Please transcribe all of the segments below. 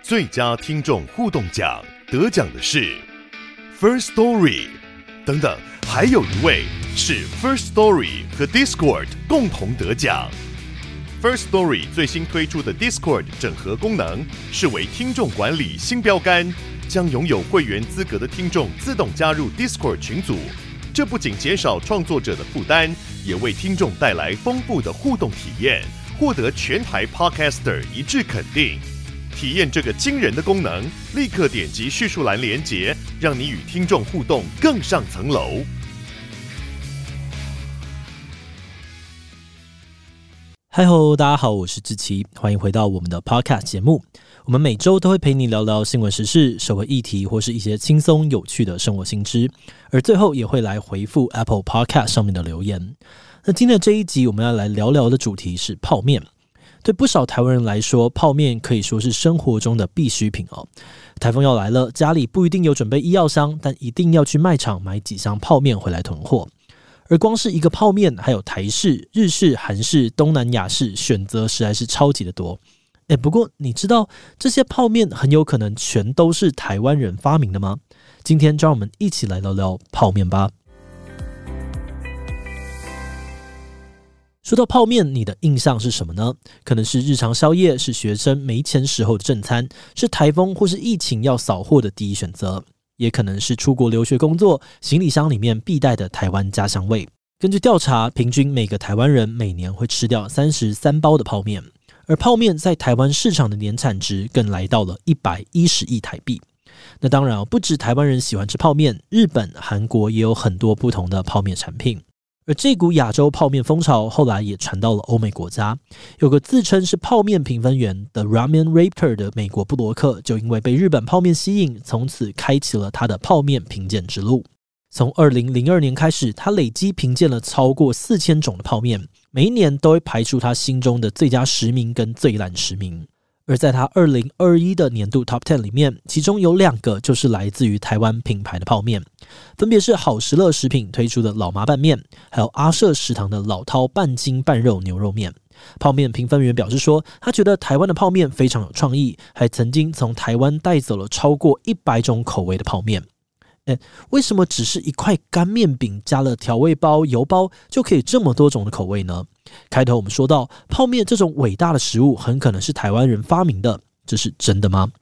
最佳听众互动奖得奖的是 First Story， 等等，还有一位是 First Story 和 Discord 共同得奖。First Story 最新推出的 Discord 整合功能，是为听众管理新标杆，将拥有会员资格的听众自动加入 Discord 群组。这不仅减少创作者的负担，也为听众带来丰富的互动体验，获得全台 Podcaster 一致肯定。体验这个惊人的功能，立刻点击叙述栏连结，让你与听众互动更上层楼。 嗨吼，大家好，我是志祺，欢迎回到我们的 Podcast 节目。我们每周都会陪你聊聊新闻时事、社会议题，或是一些轻松有趣的生活新知，而最后也会来回复 Apple Podcast 上面的留言。那今天的这一集我们要来聊聊的主题是泡面。对不少台湾人来说，泡面可以说是生活中的必需品哦。台风要来了，家里不一定有准备医药箱，但一定要去卖场买几箱泡面回来囤货。而光是一个泡面，还有台式、日式、韩式、东南亚式，选择实在是超级的多。不过你知道这些泡面很有可能全都是台湾人发明的吗？今天就让我们一起来聊聊泡面吧。说到泡面，你的印象是什么呢？可能是日常宵夜，是学生没钱时候的正餐，是台风或是疫情要扫货的第一选择，也可能是出国留学工作行李箱里面必带的台湾家乡味。根据调查，平均每个台湾人每年会吃掉33包的泡面，而泡面在台湾市场的年产值更来到了110亿台币。那当然不止台湾人喜欢吃泡面，日本、韩国也有很多不同的泡面产品。而这股亚洲泡面风潮后来也传到了欧美国家，有个自称是泡面评分员的 Ramen Raptor 的美国部落客，就因为被日本泡面吸引，从此开启了他的泡面评鉴之路。从2002年开始，他累积评鉴了超过4000种的泡面，每一年都会排出他心中的最佳10名跟最烂10名。而在他2021的年度 Top 10 里面，其中有2个就是来自于台湾品牌的泡面，分别是好时乐食品推出的老妈拌面，还有阿舍食堂的老饕半筋半肉牛肉面。泡面评分员表示说，他觉得台湾的泡面非常有创意，还曾经从台湾带走了超过100种口味的泡面。为什么只是一块干面饼加了调味包、油包就可以这么多种的口味呢？开头我们说到，泡面这种伟大的食物很可能是台湾人发明的，这是真的吗？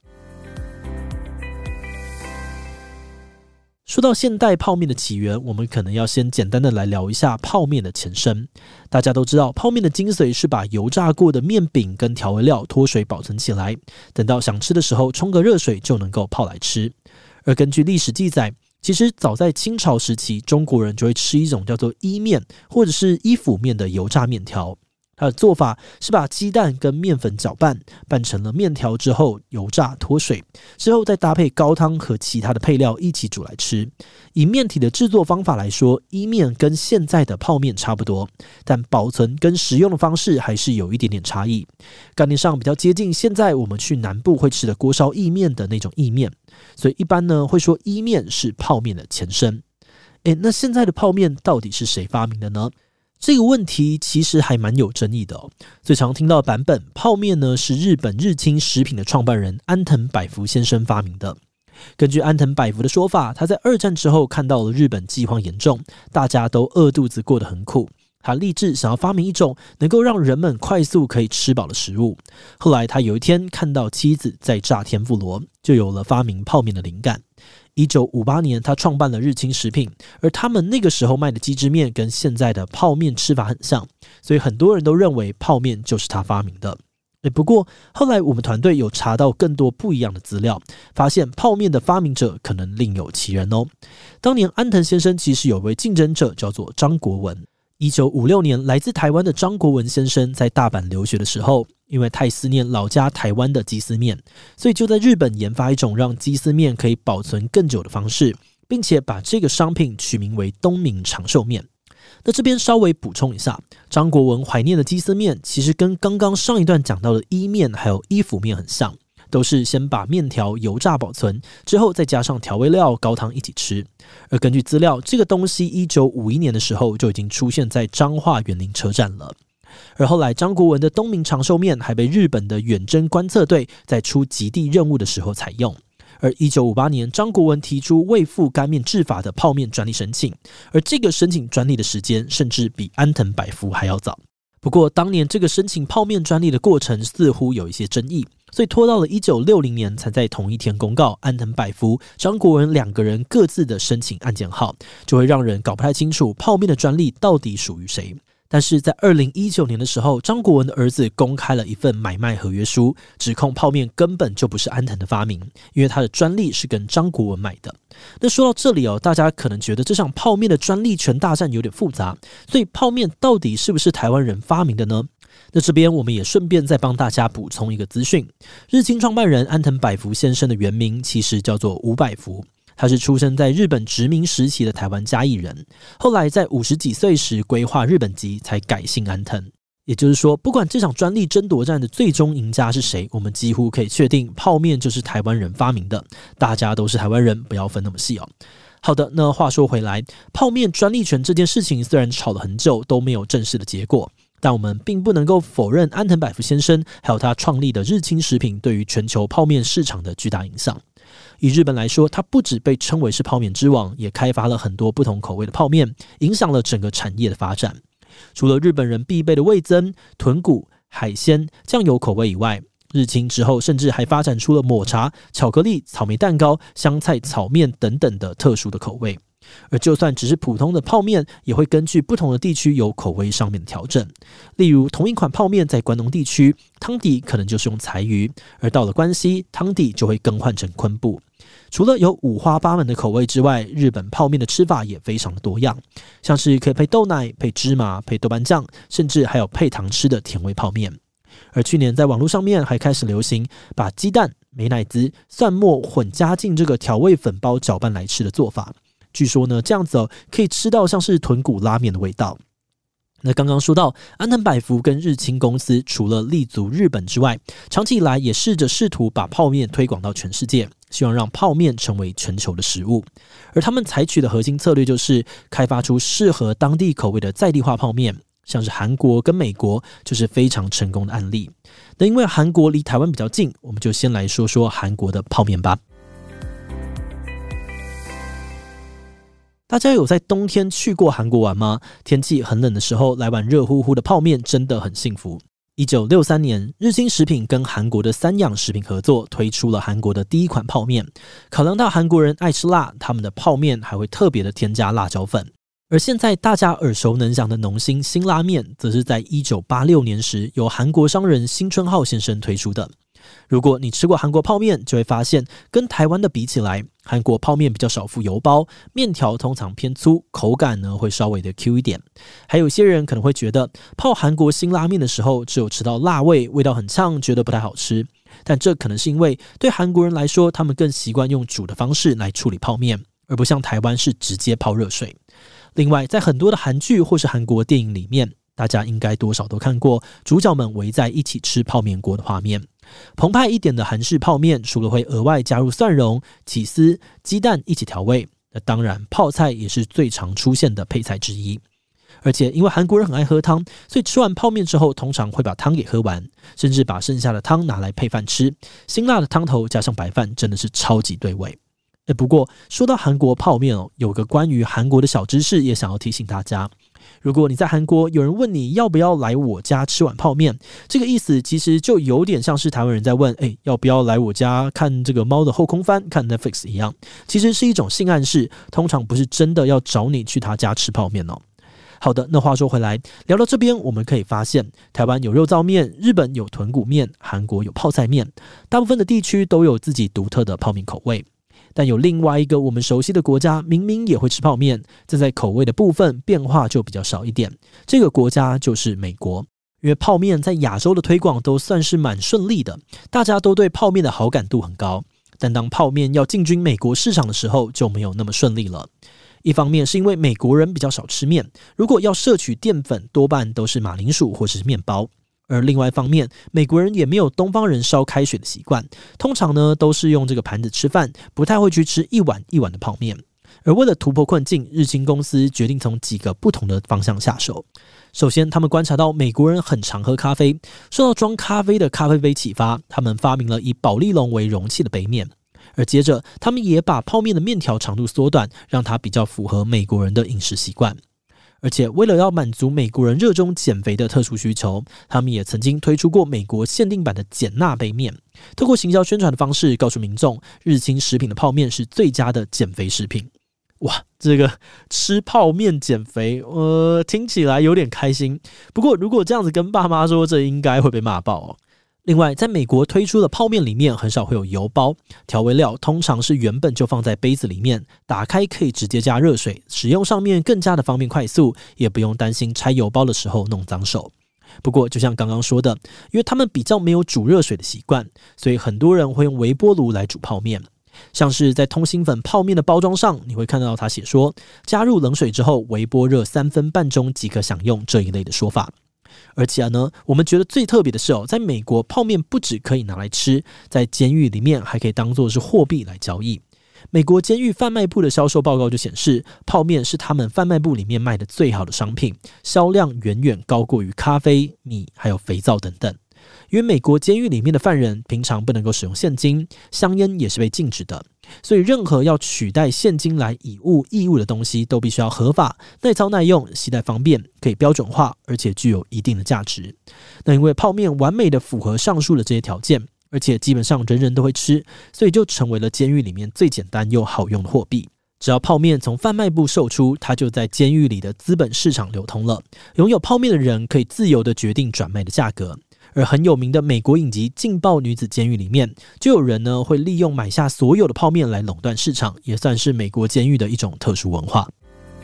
说到现代泡面的起源，我们可能要先简单的来聊一下泡面的前身。大家都知道，泡面的精髓是把油炸过的面饼跟调味料脱水保存起来，等到想吃的时候冲个热水就能够泡来吃。而根据历史记载，其实早在清朝时期，中国人就会吃一种叫做伊面或者是伊府面的油炸面条。它的做法是把鸡蛋跟面粉搅拌，拌成了面条之后油炸脱水，之后再搭配高汤和其他的配料一起煮来吃。以面体的制作方法来说，伊面跟现在的泡面差不多，但保存跟食用的方式还是有一点点差异。概念上比较接近现在我们去南部会吃的锅烧意面的那种意面，所以一般呢会说伊面是泡面的前身。那现在的泡面到底是谁发明的呢？这个问题其实还蛮有争议的哦。最常听到的版本，泡面呢是日本日清食品的创办人安藤百福先生发明的。根据安藤百福的说法，他在2战之后看到了日本饥荒严重，大家都饿肚子过得很苦，他立志想要发明一种能够让人们快速可以吃饱的食物。后来他有一天看到妻子在炸天妇罗，就有了发明泡面的灵感。1958年，他创办了日清食品，而他们那个时候卖的鸡汁面跟现在的泡面吃法很像，所以很多人都认为泡面就是他发明的。不过后来我们团队有查到更多不一样的资料，发现泡面的发明者可能另有其人哦。当年安藤先生其实有位竞争者叫做张国文。1956年，来自台湾的张国文先生在大阪留学的时候，因为太思念老家台湾的鸡丝面，所以就在日本研发一种让鸡丝面可以保存更久的方式，并且把这个商品取名为东明长寿面。那这边稍微补充一下，张国文怀念的鸡丝面其实跟刚刚上一段讲到的伊面还有伊府面很像，都是先把面条油炸保存，之后再加上调味料高汤一起吃。而根据资料，这个东西1951年的时候就已经出现在彰化园林车站了。 而后来张国文的东明长寿面还被日本的远征观测队在出极地任务的时候采用。而1958年，张国文提出未附干面制法的泡面专利申请，而这个申请专利的时间甚至比安藤百福还要早。不过当年这个申请泡面专利的过程似乎有一些争议，所以拖到了1960年才在同一天公告安藤百福、张国文两个人各自的申请案件号，就会让人搞不太清楚泡面的专利到底属于谁。但是在2019年的时候，张国文的儿子公开了一份买卖合约书，指控泡面根本就不是安藤的发明，因为他的专利是跟张国文买的。那说到这里大家可能觉得这场泡面的专利权大战有点复杂，所以泡面到底是不是台湾人发明的呢？那这边我们也顺便再帮大家补充一个资讯，日清创办人安藤百福先生的原名其实叫做伍百福，他是出生在日本殖民时期的台湾嘉义人，后来在50几岁时规划日本籍才改姓安藤。也就是说，不管这场专利争夺战的最终赢家是谁，我们几乎可以确定泡面就是台湾人发明的，大家都是台湾人，不要分那么细哦。好的，那话说回来，泡面专利权这件事情虽然吵了很久都没有正式的结果，但我们并不能够否认安藤百福先生还有他创立的日清食品对于全球泡面市场的巨大影响。以日本来说，它不只被称为是泡面之王，也开发了很多不同口味的泡面，影响了整个产业的发展。除了日本人必备的味噌、豚骨、海鲜、酱油口味以外，日清之后甚至还发展出了抹茶、巧克力、草莓蛋糕、香菜炒面等等的特殊的口味。而就算只是普通的泡面，也会根据不同的地区有口味上面的调整。例如同一款泡面在关东地区，汤底可能就是用柴鱼，而到了关西，汤底就会更换成昆布。除了有五花八门的口味之外，日本泡面的吃法也非常的多样，像是可以配豆奶、配芝麻、配豆瓣酱，甚至还有配糖吃的甜味泡面。而去年在网络上面还开始流行把鸡蛋、美乃滋、蒜末混加进这个调味粉包搅拌来吃的做法。据说呢，这样子可以吃到像是豚骨拉面的味道。那刚刚说到安藤百福跟日清公司除了立足日本之外，长期以来也试图把泡面推广到全世界，希望让泡面成为全球的食物。而他们采取的核心策略就是开发出适合当地口味的在地化泡面，像是韩国跟美国就是非常成功的案例。那因为韩国离台湾比较近，我们就先来说说韩国的泡面吧。大家有在冬天去过韩国玩吗？天气很冷的时候，来碗热乎乎的泡面真的很幸福。1963年，日清食品跟韩国的三养食品合作，推出了韩国的第一款泡面。考量到韩国人爱吃辣，他们的泡面还会特别的添加辣椒粉。而现在大家耳熟能详的农心辛拉面，则是在1986年时由韩国商人辛春浩先生推出的。如果你吃过韩国泡面，就会发现跟台湾的比起来，韩国泡面比较少附油包，面条通常偏粗，口感呢会稍微的 Q 一点。还有些人可能会觉得泡韩国辛拉面的时候只有吃到辣味，味道很呛，觉得不太好吃。但这可能是因为对韩国人来说，他们更习惯用煮的方式来处理泡面，而不像台湾是直接泡热水。另外，在很多的韩剧或是韩国电影里面，大家应该多少都看过主角们围在一起吃泡面锅的画面。澎湃一点的韩式泡面，除了会额外加入蒜蓉、起司、鸡蛋一起调味，那当然泡菜也是最常出现的配菜之一。而且因为韩国人很爱喝汤，所以吃完泡面之后通常会把汤给喝完，甚至把剩下的汤拿来配饭吃。辛辣的汤头加上白饭真的是超级对味。不过说到韩国泡面有个关于韩国的小知识也想要提醒大家。如果你在韩国，有人问你要不要来我家吃碗泡面，这个意思其实就有点像是台湾人在问要不要来我家看这个猫的后空翻，看 Netflix 一样，其实是一种性暗示，通常不是真的要找你去他家吃泡面哦。好的，那话说回来，聊到这边我们可以发现，台湾有肉燥面，日本有豚骨面，韩国有泡菜面，大部分的地区都有自己独特的泡面口味。但有另外一个我们熟悉的国家，明明也会吃泡面，但在口味的部分变化就比较少一点。这个国家就是美国。因为泡面在亚洲的推广都算是蛮顺利的，大家都对泡面的好感度很高。但当泡面要进军美国市场的时候，就没有那么顺利了。一方面是因为美国人比较少吃面，如果要摄取淀粉，多半都是马铃薯或者是面包。而另外一方面，美国人也没有东方人烧开水的习惯，通常呢都是用这个盘子吃饭，不太会去吃一碗一碗的泡面。 而为了突破困境，日清公司决定从几个不同的方向下手。首先，他们观察到美国人很常喝咖啡，受到装咖啡的咖啡杯启发，他们发明了以保丽龙为容器的杯面。而接着，他们也把泡面的面条长度缩短，让它比较符合美国人的饮食习惯。而且为了要满足美国人热衷减肥的特殊需求，他们也曾经推出过美国限定版的减钠杯面，透过行销宣传的方式告诉民众，日清食品的泡面是最佳的减肥食品。哇，这个吃泡面减肥，听起来有点开心。不过如果这样子跟爸妈说，这应该会被骂爆哦。另外，在美国推出的泡面里面很少会有油包，调味料通常是原本就放在杯子里面，打开可以直接加热水，使用上面更加的方便快速，也不用担心拆油包的时候弄脏手。不过就像刚刚说的，因为他们比较没有煮热水的习惯，所以很多人会用微波炉来煮泡面。像是在通心粉泡面的包装上，你会看到它写说，加入冷水之后微波热3分半钟即可享用这一类的说法。而且呢，我们觉得最特别的是在美国泡面不只可以拿来吃，在监狱里面还可以当作是货币来交易。美国监狱贩卖部的销售报告就显示，泡面是他们贩卖部里面卖的最好的商品，销量远远高过于咖啡、米还有肥皂等等。因为美国监狱里面的犯人平常不能够使用现金，香烟也是被禁止的，所以任何要取代现金来以物易物的东西都必须要合法、耐操耐用、携带方便、可以标准化，而且具有一定的价值。那因为泡面完美的符合上述的这些条件，而且基本上人人都会吃，所以就成为了监狱里面最简单又好用的货币。只要泡面从贩卖部售出，它就在监狱里的资本市场流通了。拥有泡面的人可以自由的决定转卖的价格。而很有名的美国影集《劲爆女子监狱》里面，就有人呢会利用买下所有的泡面来垄断市场，也算是美国监狱的一种特殊文化。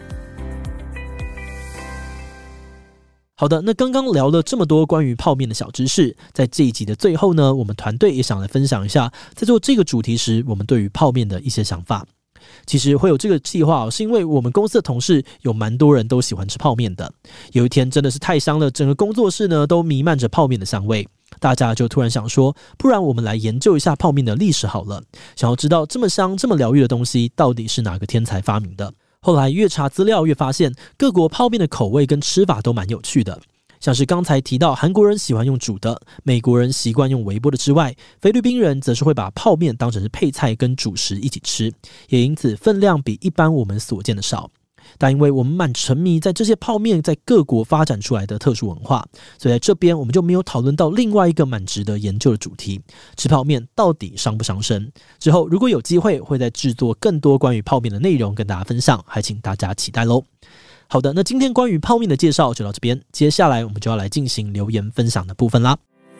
好的，那刚刚聊了这么多关于泡面的小知识，在这一集的最后呢，我们团队也想来分享一下，在做这个主题时，我们对于泡面的一些想法。其实会有这个计划是因为我们公司的同事有蛮多人都喜欢吃泡面的。有一天真的是太香了，整个工作室呢都弥漫着泡面的香味。大家就突然想说，不然我们来研究一下泡面的历史好了，想要知道这么香这么疗愈的东西到底是哪个天才发明的。后来越查资料越发现，各国泡面的口味跟吃法都蛮有趣的。像是刚才提到韩国人喜欢用煮的，美国人习惯用微波的之外，菲律宾人则是会把泡面当成是配菜跟主食一起吃，也因此分量比一般我们所见的少。但因为我们蛮沉迷在这些泡面在各国发展出来的特殊文化，所以在这边我们就没有讨论到另外一个蛮值得研究的主题，吃泡面到底伤不伤身。之后如果有机会会再制作更多关于泡面的内容跟大家分享，还请大家期待咯。好的，那今天关于泡面的介绍就到这边，接下来我们就要来进行留言分享的部分啦。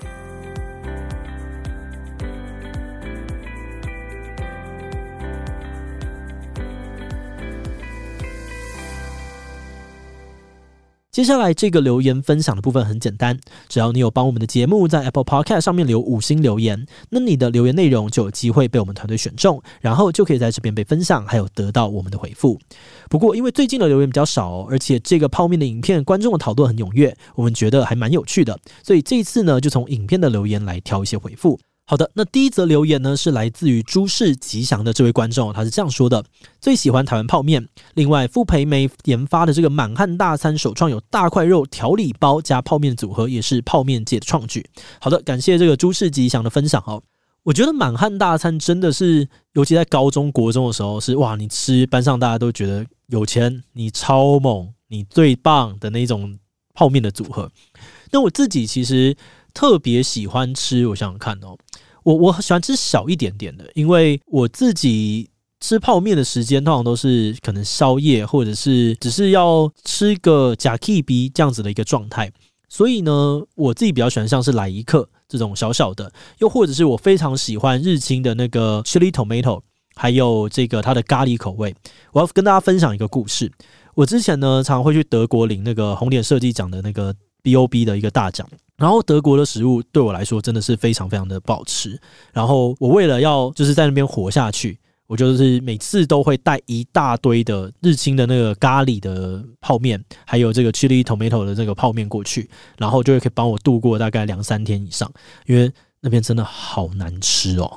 接下来这个留言分享的部分很简单，只要你有帮我们的节目在 Apple Podcast 上面留5星留言，那你的留言内容就有机会被我们团队选中，然后就可以在这边被分享，还有得到我们的回复。不过因为最近的留言比较少而且这个泡面的影片观众的讨论很踊跃，我们觉得还蛮有趣的，所以这一次呢就从影片的留言来挑一些回复。好的，那第一则留言呢是来自于诸事吉祥的这位观众，他是这样说的：最喜欢台湾泡面，另外傅培梅研发的这个满汉大餐首创有大块肉调理包加泡面组合，也是泡面界的创举。好的，感谢这个诸事吉祥的分享哦。我觉得满汉大餐真的是，尤其在高中国中的时候是哇，你吃班上大家都觉得有钱，你超猛，你最棒的那种泡面的组合。那我自己其实特别喜欢吃，我想想看哦，我喜欢吃小一点点的，因为我自己吃泡面的时间通常都是可能宵夜，或者是只是要吃个假 KB 这样子的一个状态，所以呢，我自己比较喜欢像是来一克这种小小的，又或者是我非常喜欢日清的那个 chili tomato， 还有这个它的咖喱口味。我要跟大家分享一个故事，我之前呢常常会去德国领那个红点设计奖的那个 BOB 的一个大奖，然后德国的食物对我来说真的是非常非常的不好吃，然后我为了要就是在那边活下去，我就是每次都会带一大堆的日清的那个咖喱的泡面，还有这个 chili tomato 的这个泡面过去，然后就会可以帮我度过大概2-3天以上，因为那边真的好难吃哦。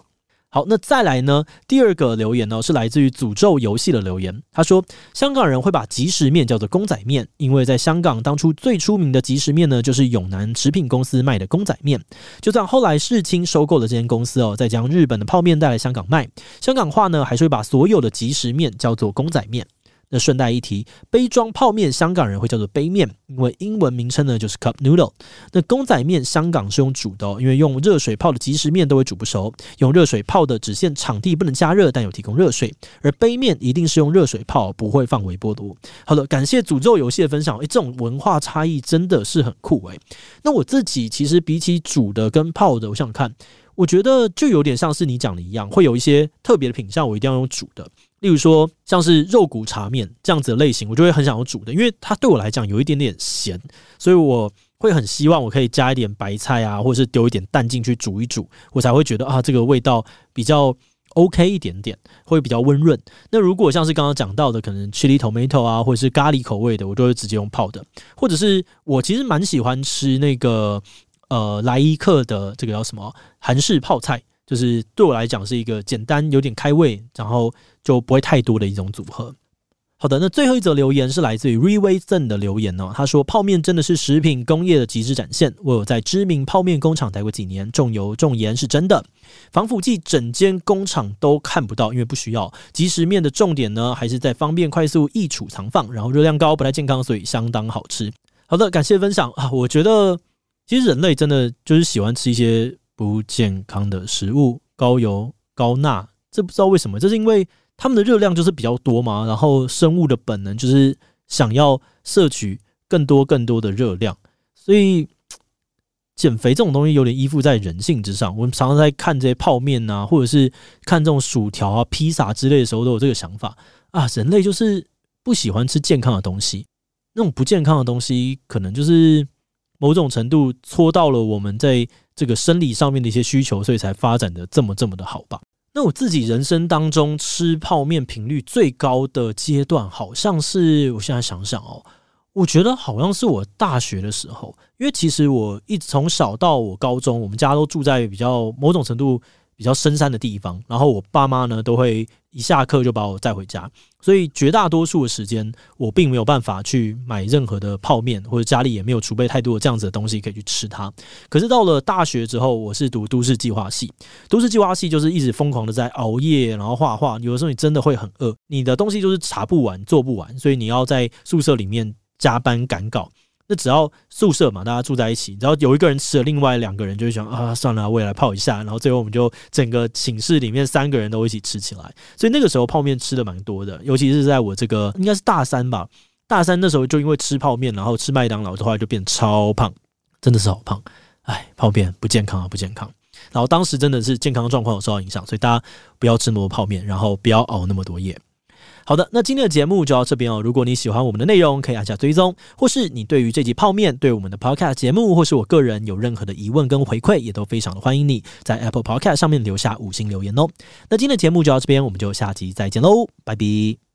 好，那再来呢？第二个留言呢是来自于诅咒游戏的留言。他说，香港人会把即食面叫做公仔面，因为在香港当初最出名的即食面呢，就是永南食品公司卖的公仔面。就算后来世青收购了这间公司再将日本的泡面带来香港卖，香港话呢还是会把所有的即食面叫做公仔面。那顺带一提，杯装泡面香港人会叫做杯面，因为英文名称呢就是 cup noodle。那公仔面香港是用煮的因为用热水泡的即食面都会煮不熟，用热水泡的只限场地不能加热，但有提供热水，而杯面一定是用热水泡，不会放微波炉。好的，感谢诅咒游戏的分享。这种文化差异真的是很酷那我自己其实比起煮的跟泡的，我想想看，我觉得就有点像是你讲的一样，会有一些特别的品项我一定要用煮的。例如说像是肉骨茶面这样子的类型，我就会很想要煮的，因为它对我来讲有一点点咸，所以我会很希望我可以加一点白菜啊，或者是丢一点蛋进去煮一煮，我才会觉得这个味道比较 OK 一点点，会比较温润。那如果像是刚刚讲到的可能 chili tomato 啊，或者是咖喱口味的，我就会直接用泡的。或者是我其实蛮喜欢吃那个莱伊克的这个叫什么韩式泡菜，就是对我来讲是一个简单有点开胃，然后就不会太多的一种组合。好的，那最后一则留言是来自于 Riway Zen 的留言他说泡面真的是食品工业的极致展现，我有在知名泡面工厂待过几年，重油重盐是真的，防腐剂整间工厂都看不到，因为不需要。即食面的重点呢还是在方便快速易储藏放，然后热量高不太健康，所以相当好吃。好的，感谢分享我觉得其实人类真的就是喜欢吃一些不健康的食物，高油高钠，这不知道为什么，这是因为他们的热量就是比较多嘛，然后生物的本能就是想要摄取更多的热量，所以减肥这种东西有点依附在人性之上。我们常常在看这些泡面啊，或者是看这种薯条啊、披萨之类的时候，都有这个想法人类就是不喜欢吃健康的东西，那种不健康的东西可能就是某种程度戳到了我们在这个生理上面的一些需求，所以才发展的这么的好吧。那我自己人生当中吃泡面频率最高的阶段，好像是我现在想想我觉得好像是我大学的时候，因为其实我一直从小到我高中，我们家都住在比较某种程度比较深山的地方，然后我爸妈呢都会一下课就把我载回家，所以绝大多数的时间我并没有办法去买任何的泡面，或者家里也没有储备太多的这样子的东西可以去吃它。可是到了大学之后，我是读都市计划系，都市计划系就是一直疯狂的在熬夜，然后画画，有的时候你真的会很饿，你的东西就是查不完做不完，所以你要在宿舍里面加班赶稿。那只要宿舍嘛，大家住在一起，只要有一个人吃了，另外2个人就会想算了，我也来泡一下，然后最后我们就整个寝室里面3个人都一起吃起来。所以那个时候泡面吃的蛮多的，尤其是在我这个应该是大3吧，大3那时候就因为吃泡面，然后吃麦当劳，后来就变超胖，真的是好胖。泡面不健康不健康。然后当时真的是健康状况有受到影响，所以大家不要吃那么多泡面，然后不要熬那么多夜。好的，那今天的节目就到这边如果你喜欢我们的内容，可以按下追踪，或是你对于这集泡面、对我们的 Podcast 节目，或是我个人有任何的疑问跟回馈，也都非常的欢迎你在 Apple Podcast 上面留下5星留言那今天的节目就到这边，我们就下集再见喽，拜拜。